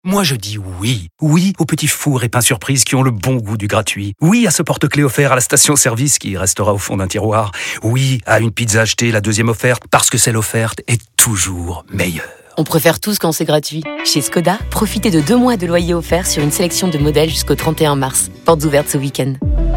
Moi je dis oui. Oui aux petits fours et pains surprises qui ont le bon goût du gratuit. Oui à ce porte-clés offert à la station-service qui restera au fond d'un tiroir. Oui à une pizza achetée, la deuxième offerte, parce que celle offerte est toujours meilleure. On préfère tous quand c'est gratuit. Chez Skoda, profitez de 2 mois de loyer offert sur une sélection de modèles jusqu'au 31 mars. Portes ouvertes ce week-end.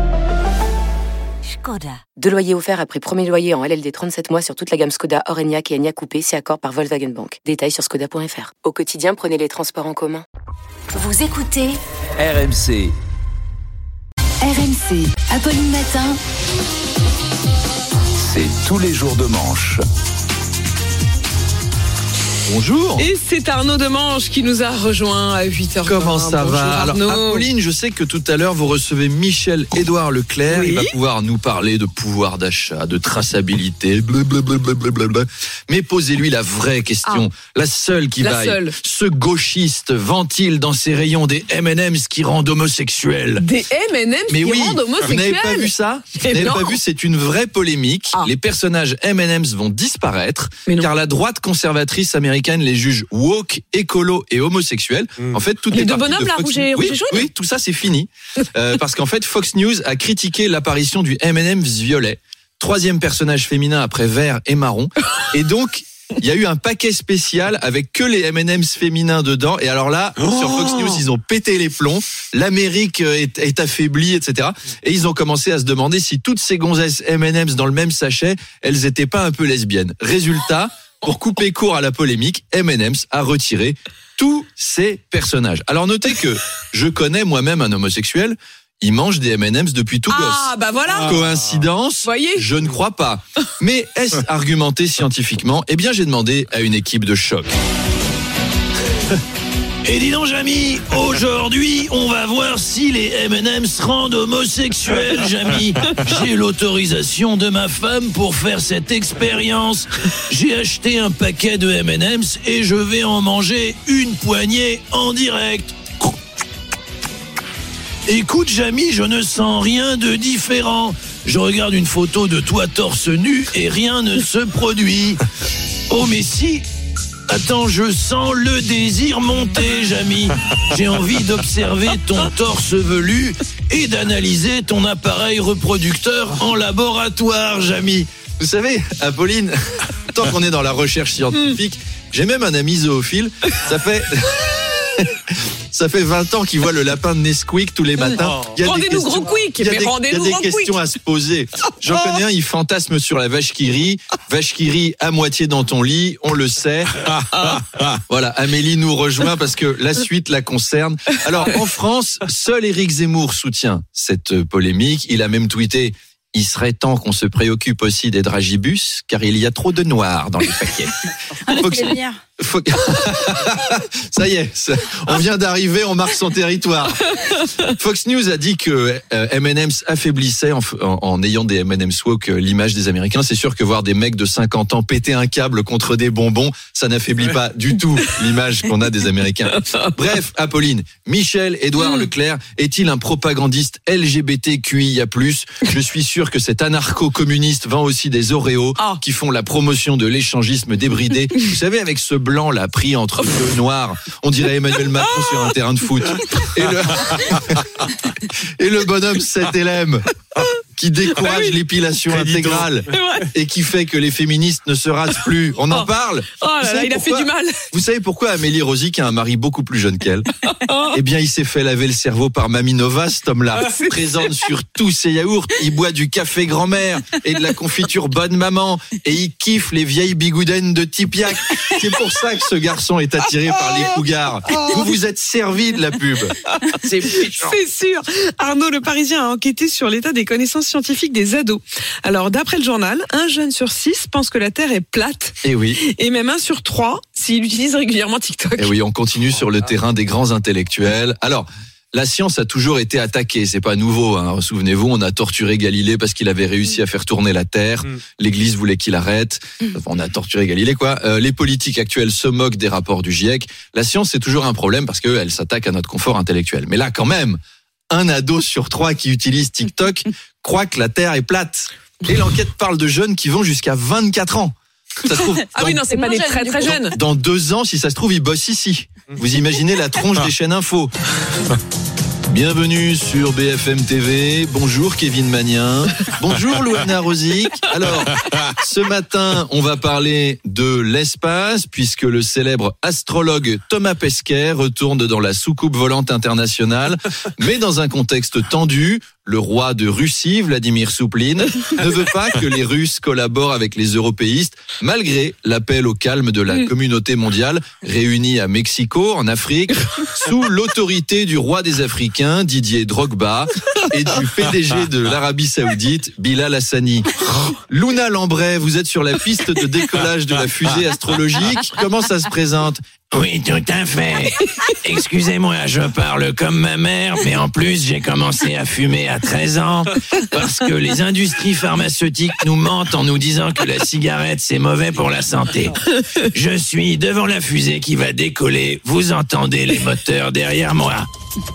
Skoda. 2 loyers offerts après premier loyer en LLD 37 mois sur toute la gamme Skoda, Orenia et Enyaq Coupé, c'est accord par Volkswagen Bank. Détails sur skoda.fr. Au quotidien, prenez les transports en commun. Vous écoutez RMC. RMC, Apolline Matin. C'est tous les jours de manche. Bonjour. Et c'est Arnaud Demange qui nous a rejoint à 8h20. Comment ça Bonjour va? Arnaud. Alors, Apolline, je sais que tout à l'heure, vous recevez Michel-Édouard Leclerc. Oui. Il va pouvoir nous parler de pouvoir d'achat, de traçabilité, blablabla. Mais posez-lui la vraie question, la seule qui vaille. seule. Ce gauchiste vend-il dans ses rayons des M&M's qui rendent homosexuels? Des M&M's Mais qui oui, rendent vous homosexuels. n'avez pas vu ça? Vous n'avez non. pas vu, c'est une vraie polémique. Les personnages M&M's vont disparaître Mais non. car la droite conservatrice américaine les juge woke, écolo et homosexuels. En fait, toutes Les les deux parties bonhommes de là, Fox rouge et oui, jaune. oui, tout ça c'est fini. Parce qu'en fait, Fox News a critiqué l'apparition du M&M's violet, 3e personnage féminin après vert et marron. Et donc, il y a eu un paquet spécial avec que les M&M's féminins dedans. Et alors là, sur Fox News, ils ont pété les plombs. L'Amérique est affaiblie, etc. Et ils ont commencé à se demander si toutes ces gonzesses M&M's dans le même sachet, elles étaient pas un peu lesbiennes. Résultat, pour couper court à la polémique, M&M's a retiré tous ces personnages. Alors notez que je connais moi-même un homosexuel. Il mange des M&M's depuis tout gosse. Ah, bah voilà. Coïncidence? Voyez. Je ne crois pas. Mais est-ce argumenté scientifiquement? Eh bien, j'ai demandé à une équipe de choc. Et dis donc, Jamy, aujourd'hui, on va voir si les M&M's rendent homosexuels, Jamy. J'ai l'autorisation de ma femme pour faire cette expérience. J'ai acheté un paquet de M&M's et je vais en manger une poignée en direct. Écoute, Jamy, je ne sens rien de différent. Je regarde une photo de toi torse nu et rien ne se produit. Oh, mais si... Attends, je sens le désir monter, Jamy. J'ai envie d'observer ton torse velu et d'analyser ton appareil reproducteur en laboratoire, Jamy. Vous savez, Apolline, tant qu'on est dans la recherche scientifique, j'ai même un ami zoophile. Ça fait 20 ans qu'il voit le lapin de Nesquik tous les matins. Rendez-nous gros quick, Il y a mais des rendez-nous gros questions quick. à se poser. J'en connais un, il fantasme sur la vache qui rit. Vache qui rit à moitié dans ton lit, on le sait. Voilà, Amélie nous rejoint parce que la suite la concerne. Alors, en France, seul Éric Zemmour soutient cette polémique. Il a même tweeté: il serait temps qu'on se préoccupe aussi des dragibus, car il y a trop de noirs dans les paquets. Ça y est, on vient d'arriver, on marque son territoire. Fox News a dit que M&M's affaiblissait en ayant des M&M's woke l'image des Américains. C'est sûr que voir des mecs de 50 ans péter un câble contre des bonbons, ça n'affaiblit pas du tout l'image qu'on a des Américains. Bref, Apolline, Michel-Édouard Leclerc est-il un propagandiste LGBTQIA+? Je suis sûr que cet anarcho-communiste vend aussi des Oreos qui font la promotion de l'échangisme débridé. Vous savez, avec ce blanc là pris entre deux noirs, on dirait Emmanuel Macron sur un terrain de foot. Et le bonhomme 7LM qui décourage l'épilation intégrale et qui fait que les féministes ne se rasent plus. On en parle. Oh là là, il a fait du mal. Vous savez pourquoi Amélie Rosy, qui a un mari beaucoup plus jeune qu'elle, eh bien, il s'est fait laver le cerveau par Mamie Nova, cet homme-là. Présente sur tous ses yaourts. Il boit du café grand-mère et de la confiture bonne maman. Et il kiffe les vieilles bigoudaines de Tipiac. C'est pour ça que ce garçon est attiré par les cougars. Vous vous êtes servi de la pub. C'est sûr. Arnaud, le Parisien a enquêté sur l'état des connaissances scientifiques des ados. Alors, d'après le journal, 1 jeune sur 6 pense que la Terre est plate. Et oui. Et même 1 sur 3 s'il utilise régulièrement TikTok. Et oui, on continue sur le terrain des grands intellectuels. Alors, la science a toujours été attaquée, c'est pas nouveau, hein. Souvenez-vous, on a torturé Galilée parce qu'il avait réussi à faire tourner la Terre. L'Église voulait qu'il arrête. On a torturé Galilée, quoi. Les politiques actuelles se moquent des rapports du GIEC. La science, c'est toujours un problème parce qu'elle s'attaque à notre confort intellectuel. Mais là, quand même, 1 ado sur 3 qui utilise TikTok croit que la Terre est plate. Et l'enquête parle de jeunes qui vont jusqu'à 24 ans. Ça se trouve, Ah oui, non, c'est pas des très très jeunes. dans 2 ans, si ça se trouve, il bosse ici. Vous imaginez la tronche des chaînes info. Bienvenue sur BFM TV. Bonjour Kevin Magnien. Bonjour Louana Rosic. Alors, ce matin, on va parler de l'espace puisque le célèbre astrologue Thomas Pesquet retourne dans la soucoupe volante internationale, mais dans un contexte tendu. Le roi de Russie, Vladimir Soupline, ne veut pas que les Russes collaborent avec les européistes, malgré l'appel au calme de la communauté mondiale réunie à Mexico, en Afrique, sous l'autorité du roi des Africains, Didier Drogba, et du PDG de l'Arabie Saoudite, Bilal Hassani. Luna Lambray, vous êtes sur la piste de décollage de la fusée astrologique. Comment ça se présente ? Oui, tout à fait. Excusez-moi, je parle comme ma mère, mais en plus, j'ai commencé à fumer à 13 ans parce que les industries pharmaceutiques nous mentent en nous disant que la cigarette, c'est mauvais pour la santé. Je suis devant la fusée qui va décoller. Vous entendez les moteurs derrière moi.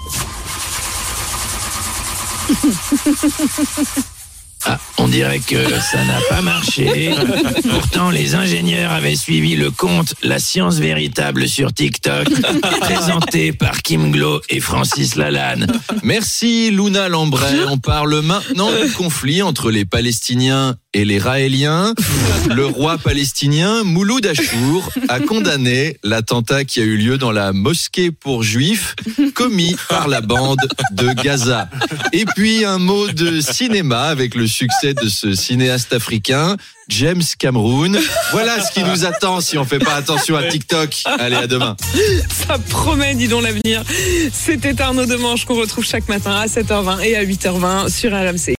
Ah, on dirait que ça n'a pas marché. Pourtant, les ingénieurs avaient suivi le compte La Science Véritable sur TikTok, présenté par Kim Glo et Francis Lalanne. Merci Luna Lambray. On parle maintenant du conflit entre les Palestiniens et les Raéliens. Le roi palestinien Mouloud Achour a condamné l'attentat qui a eu lieu dans la mosquée pour juifs commis par la bande de Gaza. Et puis un mot de cinéma avec le succès de ce cinéaste africain, James Cameron. Voilà ce qui nous attend si on fait pas attention à TikTok. Allez, à demain. Ça promet, dis donc, l'avenir. C'était Arnaud Demanche qu'on retrouve chaque matin à 7h20 et à 8h20 sur RMC.